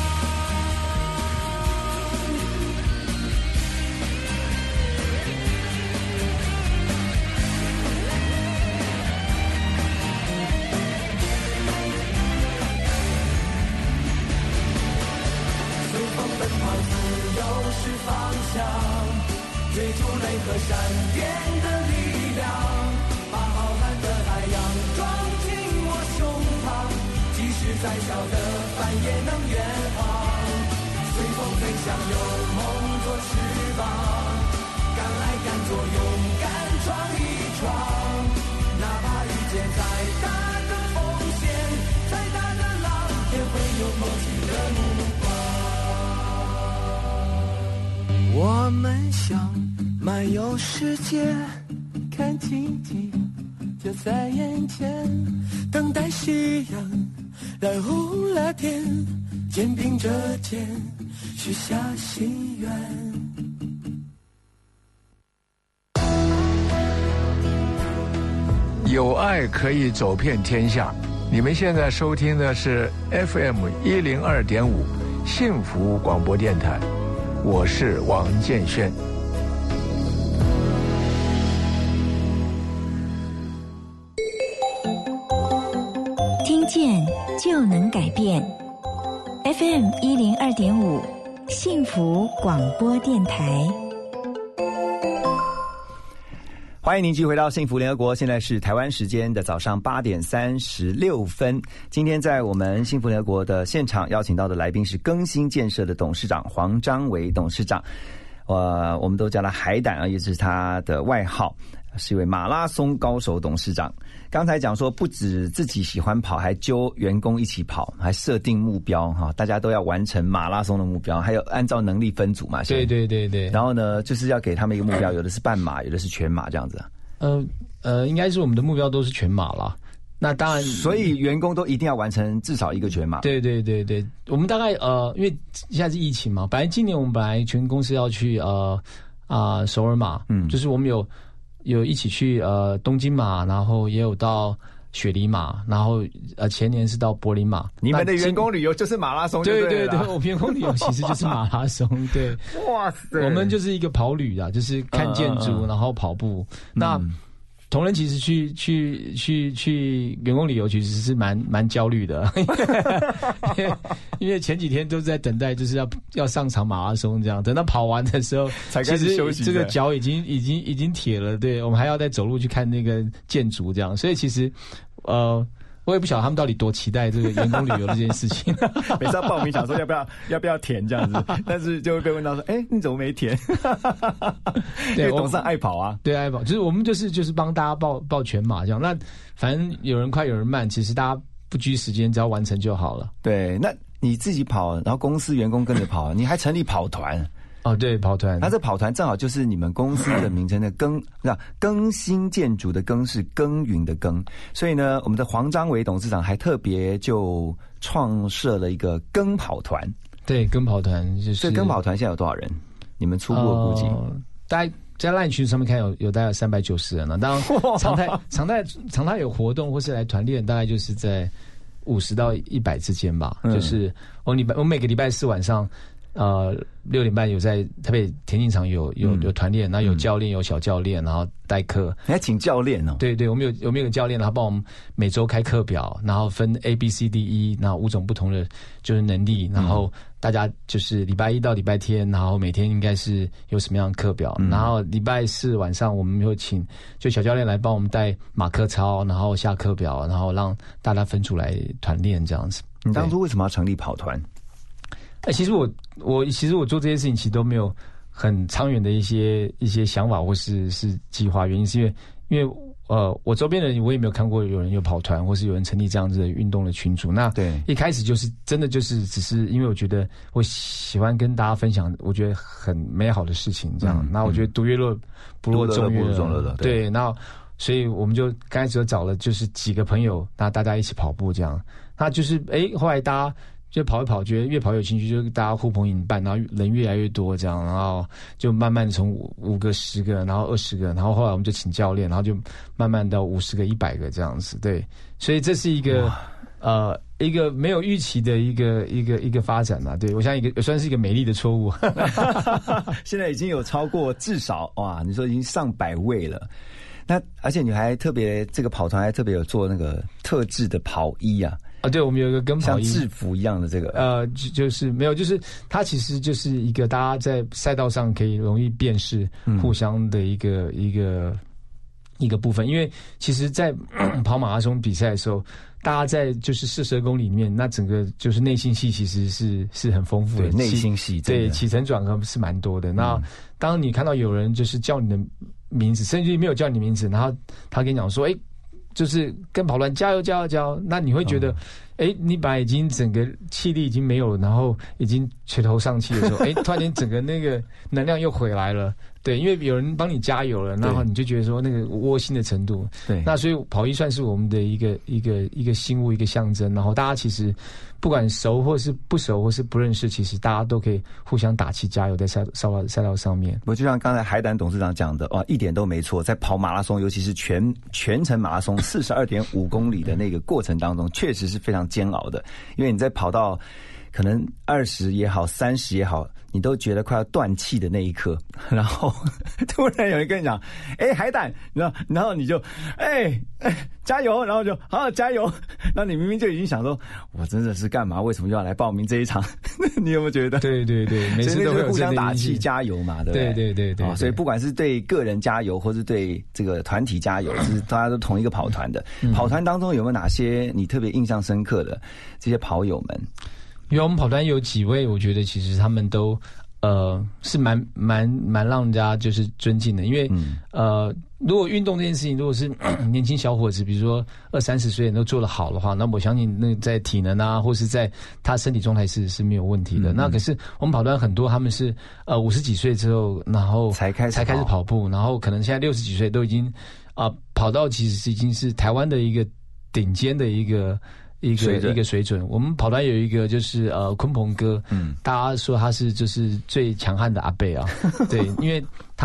随风奔跑，自由是方向，追逐雷和闪电的力量，把浩瀚的海洋装进我胸膛，即使再小的帆也能远航。随风飞翔，有梦做翅膀，敢爱敢做，勇敢闯一闯。哪怕遇见再大的风险，再大的浪，也会有默契的目光。我们想漫游世界，看奇迹就在眼前，等待夕阳，然后那天肩并着肩，许下心愿。 有爱可以走遍天下。你们现在收听的是 FM102.5幸福广播电台，我是王建轩。 听见就能改变 FM102.5幸福广播电台。 欢迎您继续回到幸福联合国，现在是台湾时间的早上8点36分。今天在我们幸福联合国的现场邀请到的来宾是更新建设的董事长黄章维董事长，我们都叫他海胆啊，也是他的外号，是一位马拉松高手董事长。刚才讲说不止自己喜欢跑，还揪员工一起跑，还设定目标哈，大家都要完成马拉松的目标，还有按照能力分组嘛。 对对对对。 然后呢，就是要给他们一个目标，有的是半马，有的是全马这样子。 应该是我们的目标都是全马啦。那当然， 所以员工都一定要完成至少一个全马。 对对对对，我们大概因为现在是疫情嘛，今年我们本来全公司要去首尔马，就是我们有一起去东京马，然后也有到雪梨马，然后前年是到柏林马。 你们的员工旅游就是马拉松就对了。 对对对，我们员工旅游其实就是马拉松。对， 哇塞， 我们就是一个跑旅啊，就是看建筑，然后跑步。那同仁其实去员工旅游其实是蛮焦虑的，因为前几天都在等待，就是要上场马拉松这样，等到跑完的时候才开始休息， 这个脚已经铁了，对，我们还要再走路去看那个建筑这样，所以其实我也不晓得他们到底多期待这个员工旅游的这件事情。 每次要报名想说要不要填这样子，但是就会被问到说，你怎么没填？对，董事长爱跑啊， 对，爱跑，就是我们就是帮大家报全马这样。那反正有人快有人慢，其实大家不拘时间，只要完成就好了。 对，那你自己跑，然后公司员工跟着跑，你还成立跑团。 哦，对，跑团。 那这跑团正好就是你们公司的名称的更新建筑的更是耕耘的耕，所以呢，我们的黄章维董事长还特别就创设了一个耕跑团。 对，耕跑团就是。 所以耕跑团现在有多少人？你们初步的估计？ 大概在 LINE 群上面看有大概390人了。当然常态有活动或是来团练，大概就是在50到100之间吧。就是我每个礼拜四晚上。6点半有在台北田径场有团练，然后有教练，有小教练，然后代课。 你还请教练哦？ 对对，我们有个教练，然后帮我们每周开课表，然后分 A、B、C、D、E， 然后5种不同的就是能力，然后大家就是礼拜一到礼拜天，然后每天应该是有什么样的课表，然后礼拜四晚上我们会请就小教练来帮我们带马克操，然后下课表，然后让大家分出来团练这样子。 你当初为什么要成立跑团？ 其实我做这些事情其实都没有很长远的一些想法或是计划，原因是因为我周边的人我也没有看过有人有跑团或是有人成立这样子的运动的群组。那对一开始就是真的就是只是因为我觉得我喜欢跟大家分享我觉得很美好的事情这样。那我觉得独乐乐不若众乐乐，对，那所以我们就刚开始就找了就是几个朋友，那大家一起跑步这样。那就是后来大家就跑一跑，觉得越跑越有兴趣，就大家呼朋引伴，然后人越来越多这样，然后就慢慢从5个、10个，然后20个，然后后来我们就请教练，然后就慢慢到50个、100个这样子。对，所以这是一个没有预期的一个发展嘛。对，我想算是一个美丽的错误。 现在已经有超过至少你说已经上100位了。那而且你还特别这个跑团还特别有做那个特制的跑衣啊。 对，我们有一个跟跑衣像制服一样的这个， 就是没有，就是它其实就是一个大家在赛道上可以容易辨识互相的一个部分。因为其实在跑马拉松比赛的时候，大家在就是42公里里面，那整个就是内心戏其实是很丰富的， 内心戏对起承转合是蛮多的。那当你看到有人就是叫你的名字，甚至没有叫你名字，然后他跟你讲说，就是跟跑团加油加油加油，那你会觉得，你本来已经整个气力已经没有了，然后已经垂头丧气的时候，突然间整个那个能量又回来了。对，因为有人帮你加油了，然后你就觉得说那个窝心的程度。对，那所以跑衣算是我们的一个新物，一个象征。然后大家其实不管熟或是不熟或是不认识，其实大家都可以互相打气加油在赛道上面。 我就像刚才海胆董事长讲的，一点都没错。在跑马拉松，尤其是全程马拉松42.5公里的那个过程当中，确实是非常煎熬的，因为你在跑到可能20也好，30也好，你都觉得快要断气的那一刻，然后突然有人跟你讲，海胆，然后你就加油，然后就好加油，然后你明明就已经想说，我真的是干嘛？为什么又要来报名这一场？你有没有觉得？ 对对对，每次都会互相打气加油嘛，对不对？ 对对对， 所以不管是对个人加油，或是对这个团体加油，就是大家都同一个跑团的。跑团当中有没有哪些你特别印象深刻的这些跑友们？ 因为我们跑团有几位，我觉得其实他们都是蛮让人家就是尊敬的，因为如果运动这件事情，如果是年轻小伙子，比如说20-30岁人都做得好的话，那我相信那在体能啊，或是在他身体状态是没有问题的。那可是我们跑团很多，他们是50几岁之后，然后才开始跑步，然后可能现在60几岁都已经跑到其实已经是台湾的一个顶尖的一个水准。我们跑团有一个就是鲲鹏哥，大家说他是就是最强悍的阿伯啊，对，因为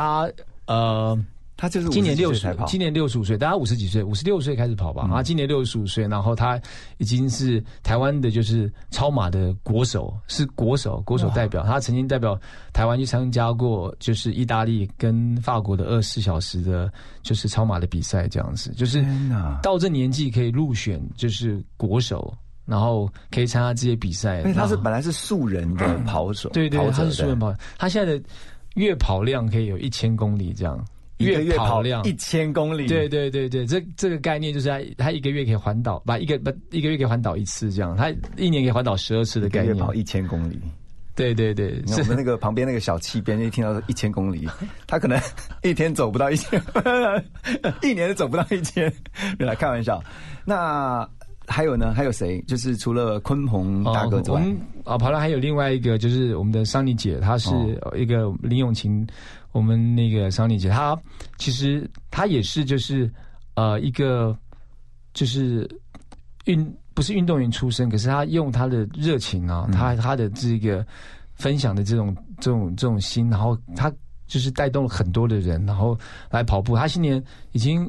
他就是今年65岁，大家50几岁，56岁开始跑吧，今年65岁，然后他已经是台湾的就是超马的国手代表，他曾经代表台湾去参加过就是意大利跟法国的24小时的就是超马的比赛，这样子，就是到这年纪可以入选就是国手，然后可以参加这些比赛。 因为他是本来是素人的跑手， 对，他是素人跑，他现在的月跑量可以有1000公里这样。 月跑量1000公里， 对，这个概念就是他一个月可以环岛，一个月可以环岛1次这样，他1年可以环岛12次的概念， 一个月跑1000公里。 对， 我们那个旁边那个小气边一听到1000公里，他可能一天走不到1000，一年走不到1000，没来开玩笑。那还有呢？还有谁？就是除了鲲鹏大哥之外， 我们跑团还有另外一个，就是我们的桑尼姐，她是一个林永晴，我们那个桑尼姐，她其实她也是就是一个就是不是运动员出身，可是她用她的热情啊，她的这个分享的这种心，然后她就是带动了很多的人，然后来跑步。他今年已经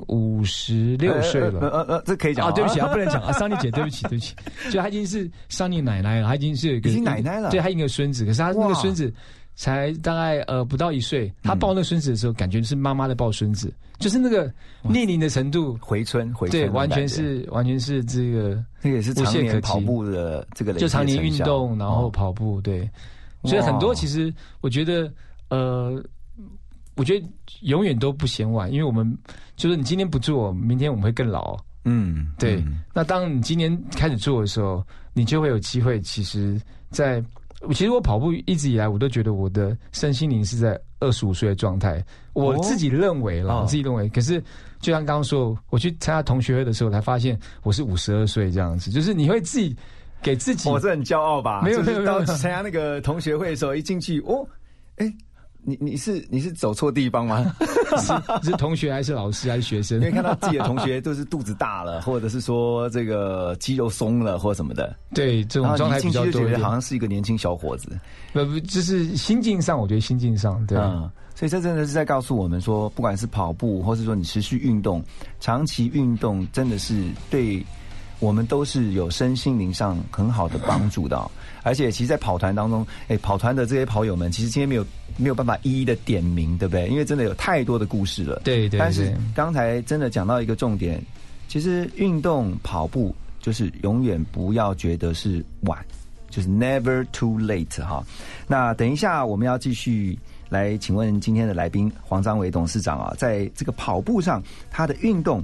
56岁了。 这可以讲啊？对不起啊，不能讲啊，桑尼姐，对不起。就他已经是桑尼奶奶了，他已经是有一个已经奶奶了。 对，他一个孙子，可是他那个孙子才大概不到1岁。他抱那个孙子的时候，感觉是妈妈在抱孙子，就是那个逆龄的程度， 回春， 对，完全是这个， 那个也是常年跑步的这个累积的成效， 就常年运动，然后跑步，对，所以很多其实我觉得我觉得永远都不嫌晚，因为我们就是你今天不做，明天我们会更老。对。那当你今年开始做的时候，你就会有机会。其实我跑步一直以来，我都觉得我的身心灵是在25岁的状态。我自己认为啦，可是就像刚刚说，我去参加同学会的时候，才发现我是52岁这样子。就是你会自己给自己， 我是很骄傲吧？ 没有， 到参加那个同学会的时候，一进去，你是走错地方吗？ 是同学还是老师还是学生？ 因为看到自己的同学都是肚子大了，或者是说这个肌肉松了或什么的， 对，这种状态比较多一点， 就觉得好像是一个年轻小伙子。 就是心境上，我觉得心境上，对。 所以这真的是在告诉我们说，不管是跑步，或是说你持续运动、长期运动，真的是对我们都是有身心灵上很好的帮助的。而且其实在跑团当中，跑团的这些跑友们，其实今天没有办法一一的点名，对不对？因为真的有太多的故事了。 对。 但是刚才真的讲到一个重点，其实运动跑步就是永远不要觉得是晚，就是 never too late 哈。那等一下我们要继续来请问今天的来宾黄章伟董事长啊，在这个跑步上，他的运动，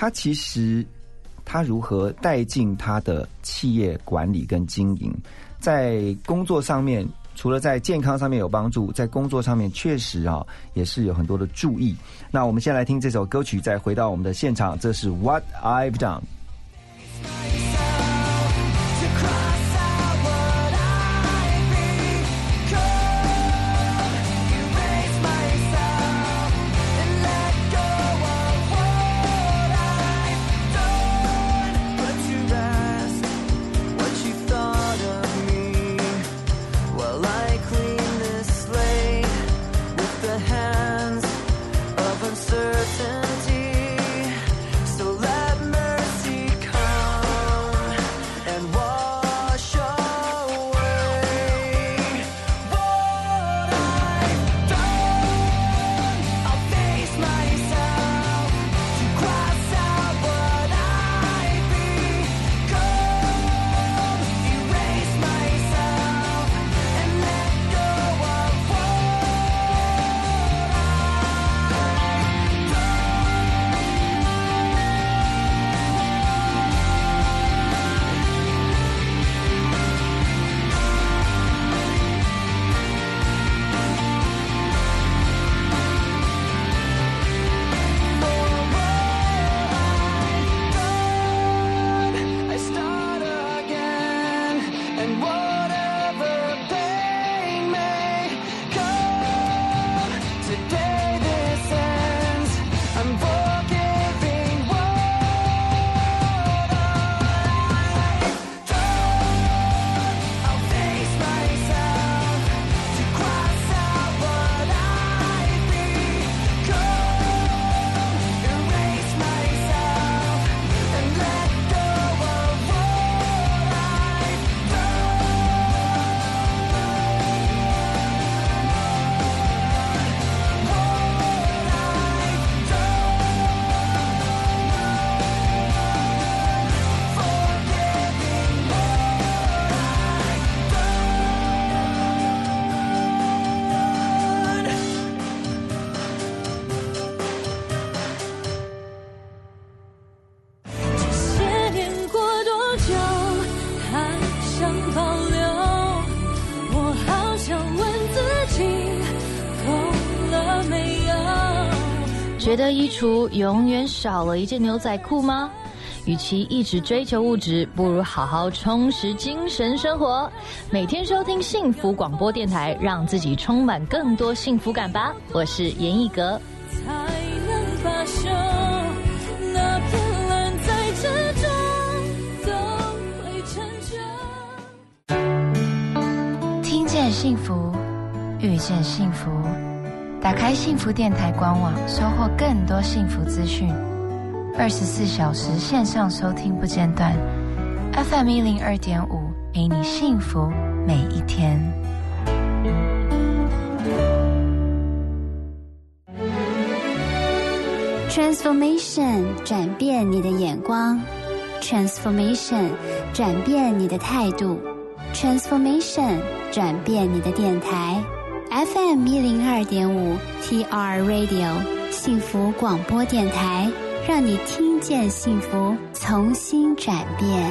他如何带进他的企业管理跟经营，在工作上面，除了在健康上面有帮助，在工作上面确实也是有很多的注意。那我们先来听这首歌曲，再回到我们的现场，这是 What I've Done。 Uncertainty, so let mercy 觉得衣橱永远少了一件牛仔裤吗？与其一直追求物质，不如好好充实精神生活。每天收听幸福广播电台，让自己充满更多幸福感吧。我是严艺格。 才能罢休，那片蓝在之中都会成就。 听见幸福，遇见幸福。打开幸福电台官网，收获更多幸福资讯。24小时线上收听不间断 ，FM 102.5，陪你幸福每一天。 Transformation 转变你的眼光 ，Transformation 转变你的态度 ，Transformation 转变你的电台 ，FM 102.5 TR Radio 幸福广播电台。让你听见幸福，重新转变。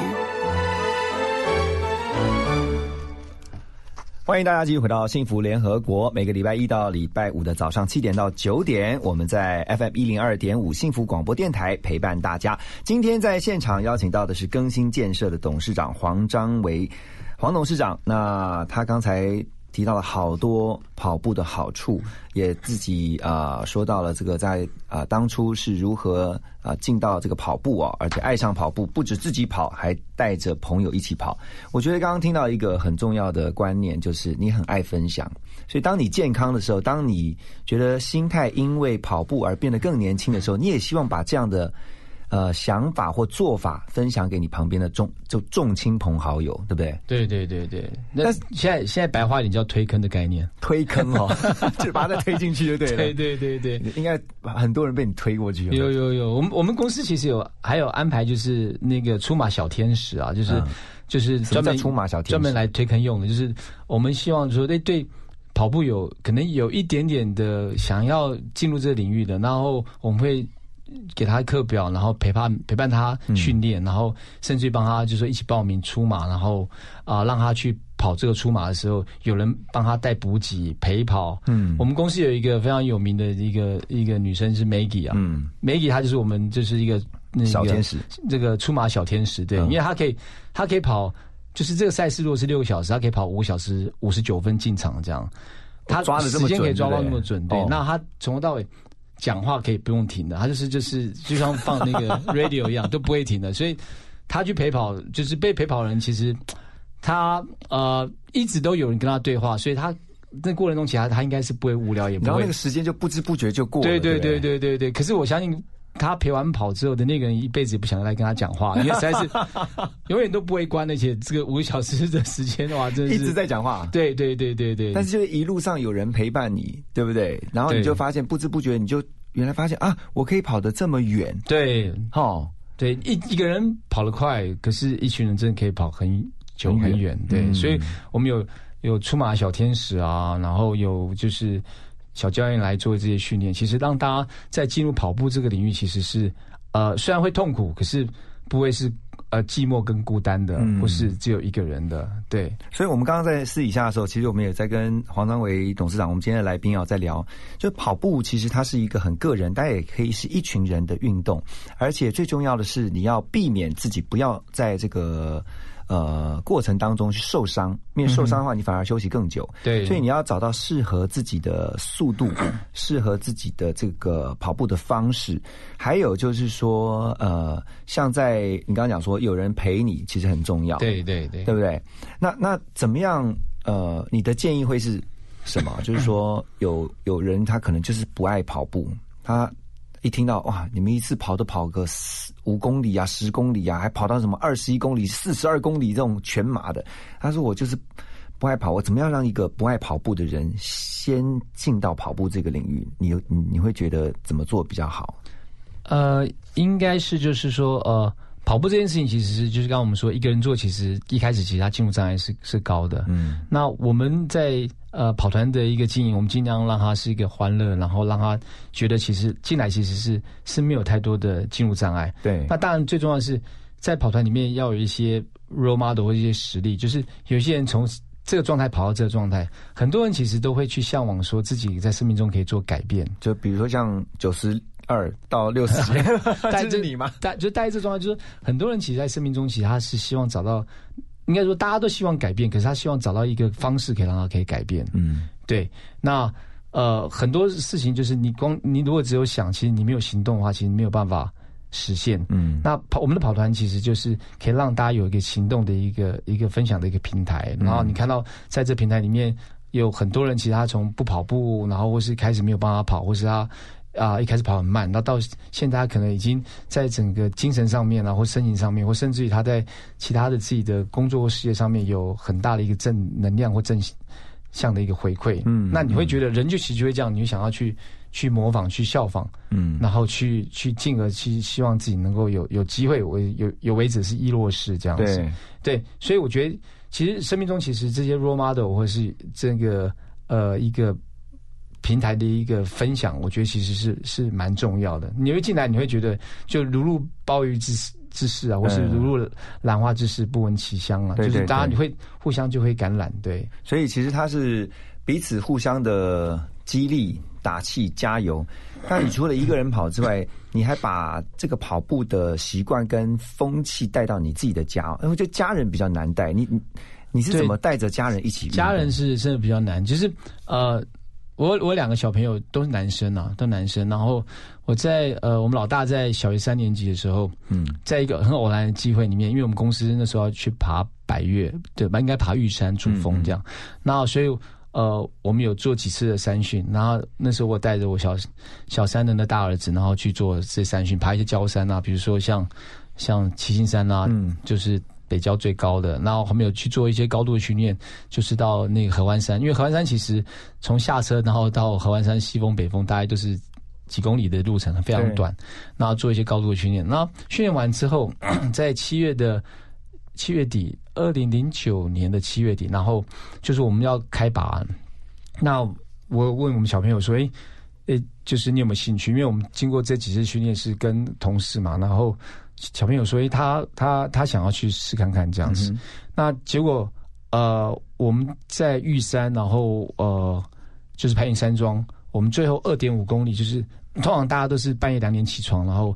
欢迎大家继续回到幸福联合国，每个礼拜一到礼拜五的早上7点到9点，我们在 FM 102.5幸福广播电台陪伴大家。今天在现场邀请到的是更新建设的董事长黄章维，黄董事长。那他刚才提到了好多跑步的好处，也自己说到了这个在当初是如何进到这个跑步而且爱上跑步，不止自己跑，还带着朋友一起跑。我觉得刚刚听到一个很重要的观念，就是你很爱分享。所以当你健康的时候，当你觉得心态因为跑步而变得更年轻的时候，你也希望把这样的想法或做法分享给你旁边的众亲朋好友，对不对？ 对对对对。那现在白话一点叫推坑的概念， 推坑就把它再推进去就对了。 对对对对， 应该很多人被你推过去。 有，我们公司其实还有安排，就是那个出马小天使啊，就是专门出马小天使专门来推坑用的，就是我们希望说对跑步可能有一点点的想要进入这个领域的，然后我们会给他课表，然后陪伴他训练，然后甚至帮他就是说一起报名出马，然后让他去跑这个出马的时候，有人帮他带补给陪跑。我们公司有一个非常有名的一个女生是 Maggie 啊，Maggie 她就是我们就是一个那个小天使， 这个出马小天使，对，因为她可以跑，就是这个赛事如果是6个小时，她可以跑5小时59分进场这样，她抓的这么准， 时间可以抓到那么准，对，那她从头到尾讲话可以不用停的，他就是就像放那个 radio 一样都不会停的，所以他去陪跑，就是被陪跑的人，其实他一直都有人跟他对话，所以他那过程中其实他应该是不会无聊，也不会， 然后那个时间就不知不觉就过了。 对。可是我相信他陪完跑之后的那个人一辈子也不想来跟他讲话，因为实在是永远都不会关，而且这个5小时的时间哇，真的是一直在讲话。 对。 但是就是一路上有人陪伴你，对不对？然后你就发现不知不觉你就原来发现我可以跑得这么远。 对，对，一个人跑得快，可是一群人真的可以跑很久很远。对，所以我们有出马小天使啊，然后有就是小教练来做这些训练，其实让大家在进入跑步这个领域，其实是虽然会痛苦，可是不会是寂寞跟孤单的，或是只有一个人的。对， 所以我们刚刚在私底下的时候，其实我们也在跟黄章维董事长，我们今天的来宾在聊，就跑步其实它是一个很个人，但也可以是一群人的运动，而且最重要的是你要避免自己不要在这个过程当中去受伤，因为受伤的话你反而休息更久。 对， 所以你要找到适合自己的速度，适合自己的这个跑步的方式。还有就是说像在你刚刚讲说有人陪你其实很重要。 对，对不对？那怎么样你的建议会是什么？就是说有人他可能就是不爱跑步，他一听到哇，你们一次跑个5公里啊、10公里啊，还跑到什么21公里、42公里这种全马的，他说我就是不爱跑，我怎么样让一个不爱跑步的人先进到跑步这个领域？你会觉得怎么做比较好？ 应该是就是说跑步这件事情其实是就是刚刚我们说一个人做，其实一开始其实他进入障碍是高的。那我们在跑团的一个经营，我们尽量让他是一个欢乐，然后让他觉得其实进来其实是没有太多的进入障碍。 对。 那当然最重要的是在跑团里面要有一些 role model 或一些实力，就是有些人从这个状态跑到这个状态，很多人其实都会去向往说自己在生命中可以做改变。 就比如说像 62到60节，这是你吗？ 就大概这状态，就是很多人其实在生命中，其实他是希望找到，应该说大家都希望改变，可是他希望找到一个方式可以让他可以改变。对。那很多事情就是你如果只有想，其实你没有行动的话，其实没有办法实现。那我们的跑团其实就是可以让大家有一个行动的一个分享的一个平台，然后你看到在这平台里面有很多人，其实他从不跑步，然后或是开始没有办法跑，或是他一开始跑很慢，那到现在他可能已经在整个精神上面啊，或身形上面，或甚至于他在其他的自己的工作或事业上面有很大的一个正能量或正向的一个回馈。那你会觉得人就其实会这样，你会想要去模仿、去效仿，然后去进而去希望自己能够有机会有为者是亦若是这样子。对，所以我觉得其实生命中其实这些 role model 或是这个一个平台的一个分享，我觉得其实是蛮重要的。你会进来，你会觉得就如入鲍鱼之肆啊，或是如入兰花之肆，不闻其香啊。就是大家你会互相就会感染。对， 所以其实它是彼此互相的激励、打气、加油。那你除了一个人跑之外，你还把这个跑步的习惯跟风气带到你自己的家。因为我觉得家人比较难带，你是怎么带着家人一起运动？ 家人是真的比较难，就是我两个小朋友都是男生啊，都男生。然后我在我们老大在小学3年级的时候，在一个很偶然的机会里面，因为我们公司那时候要去爬百岳，对吧？应该爬玉山主峰这样。然后所以我们有做几次的山训，然后那时候我带着我小三的那大儿子，然后去做这山训，爬一些郊山啊，比如说像七星山啊，就是北郊最高的，然后后面有去做一些高度的训练，就是到那个合欢山，因为合欢山其实从下车然后到合欢山西峰北峰大概都是几公里的路程，非常短，然后做一些高度的训练。然后训练完之后，在7月底，2009年的7月底，然后就是我们要开拔，那我问我们小朋友说，就是你有没有兴趣？因为我们经过这几次训练是跟同事嘛，然后小朋友说，他想要去试看看这样子。那结果我们在玉山，然后就是排云山庄，我们最后2.5公里，就是通常大家都是半夜2点起床，然后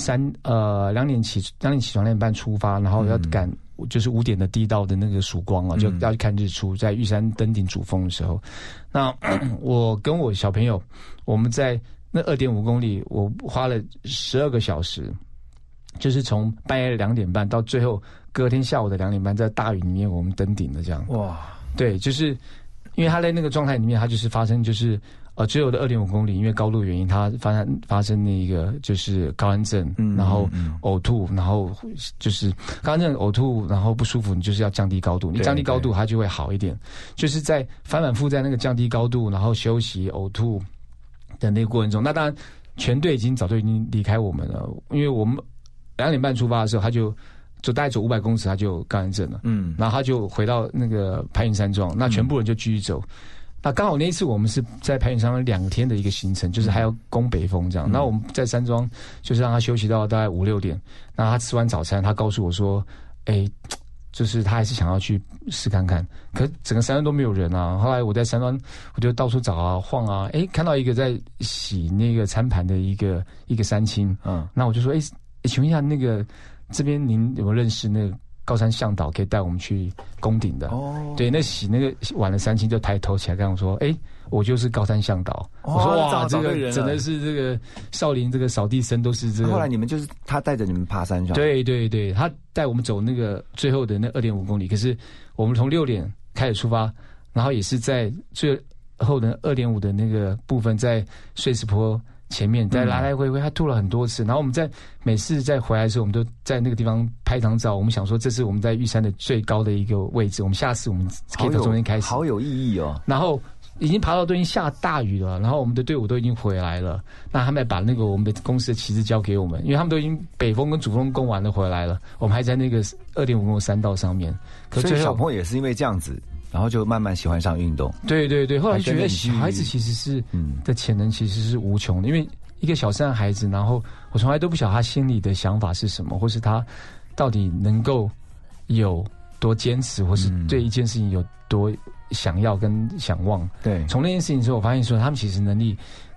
2点起床2点半出发，然后要赶就是5点的第一道的那个曙光啊，就要去看日出，在玉山登顶主峰的时候，那我跟我小朋友，我们在那2.5公里，我花了12个小时。就是从半夜2点半到最后隔天下午的2点半，在大雨里面我们登顶的这样。哇，对，就是因为他在那个状态里面，他就是发生就是最后的2.5公里，因为高度原因，他发生那个就是高山症，然后呕吐，然后就是高山症呕吐，然后不舒服，你就是要降低高度，你降低高度它就会好一点，就是在反复在那个降低高度，然后休息呕吐的那个过程中，那当然全队早就已经离开我们了，因为我们2点半出发的时候，他就大概走500公尺，他就高山症了。然后他就回到那个排云山庄，那全部人就继续走。那刚好那一次我们是在排云山庄2天的一个行程，就是还要攻北峰这样。那我们在山庄就是让他休息到大概5、6点。那他吃完早餐，他告诉我说：“就是他还是想要去试看看。”可是整个山庄都没有人啊。后来我在山庄，我就到处找啊晃啊，看到一个在洗那个餐盘的一个山青。那我就说：“请问一下，那个这边您有没有认识那个高山向导，可以带我们去攻顶的？”对，那洗那个碗的山青就抬头起来跟我说：“我就是高山向导。”我说：“哇，这个真的是这个少林这个扫地僧都是这个。” 后来你们就是他带着你们爬山上？ 对对对，他带我们走那个最后的那2.5公里。可是我们从6点开始出发，然后也是在最后的2.5的那个部分，在碎石坡前面再来来回回，他吐了很多次。然后我们每次在回来的时候，我们都在那个地方拍一张照。我们想说，这是我们在玉山的最高的一个位置。我们下次我们可以从中间开始， 好有意义哦。 然后已经爬到都已经下大雨了，然后我们的队伍都已经回来了。那他们把那个我们的公司的旗帜交给我们，因为他们都已经北峰跟主峰攻完了回来了。我们还在那个2.5公里山道上面。 所以小朋友也是因为这样子，然后就慢慢喜欢上运动。 对对对，后来觉得小孩子其实是的潜能其实是无穷的，因为一个小3的孩子，然后我从来都不晓得他心里的想法是什么，或是他到底能够有多坚持，或是对一件事情有多想要跟想望。对，从那件事情之后，我发现说他们其实能力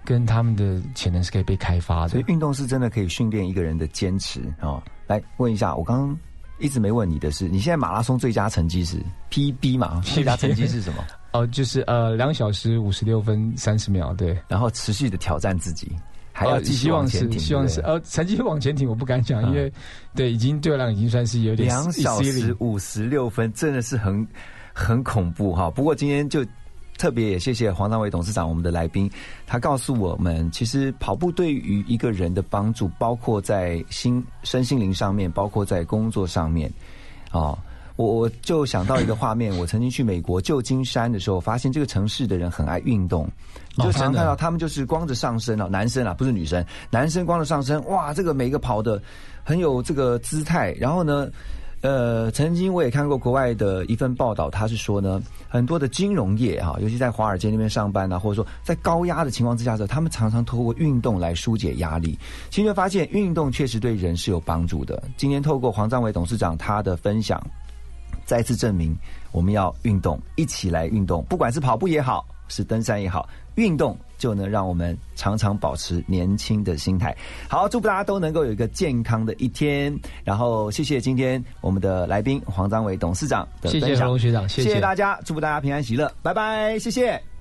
跟他们的潜能是可以被开发的。 所以运动是真的可以训练一个人的坚持哦。来问一下，我刚刚一直没问你的是，你现在马拉松最佳成绩是 PB 嘛？最佳成绩是什么？ 就是2小时56分30秒，对。 然后持续的挑战自己，还要继续往前挺。 希望是成绩往前挺，我不敢讲，因为对已经对我来讲已经算是有点 2小时56分，真的是很恐怖哈。不过今天就特别也谢谢黄章伟董事长，我们的来宾，他告诉我们，其实跑步对于一个人的帮助，包括在身心灵上面，包括在工作上面，我就想到一个画面，我曾经去美国旧金山的时候，发现这个城市的人很爱运动，你就常看到他们就是光着上身男生不是女生，男生光着上身，哇，这个每个跑的很有这个姿态。然后呢，曾经我也看过国外的一份报道，他是说呢，很多的金融业尤其在华尔街那边上班或者说在高压的情况之下，他们常常透过运动来疏解压力。其实发现运动确实对人是有帮助的。今天透过黄章伟董事长他的分享，再次证明我们要运动，一起来运动，不管是跑步也好，是登山也好，运动就能让我们常常保持年轻的心态。好，祝福大家都能够有一个健康的一天。然后谢谢今天我们的来宾黄章伟董事长的分享， 谢谢洪学长， 谢谢大家，祝福大家平安喜乐，拜拜，谢谢。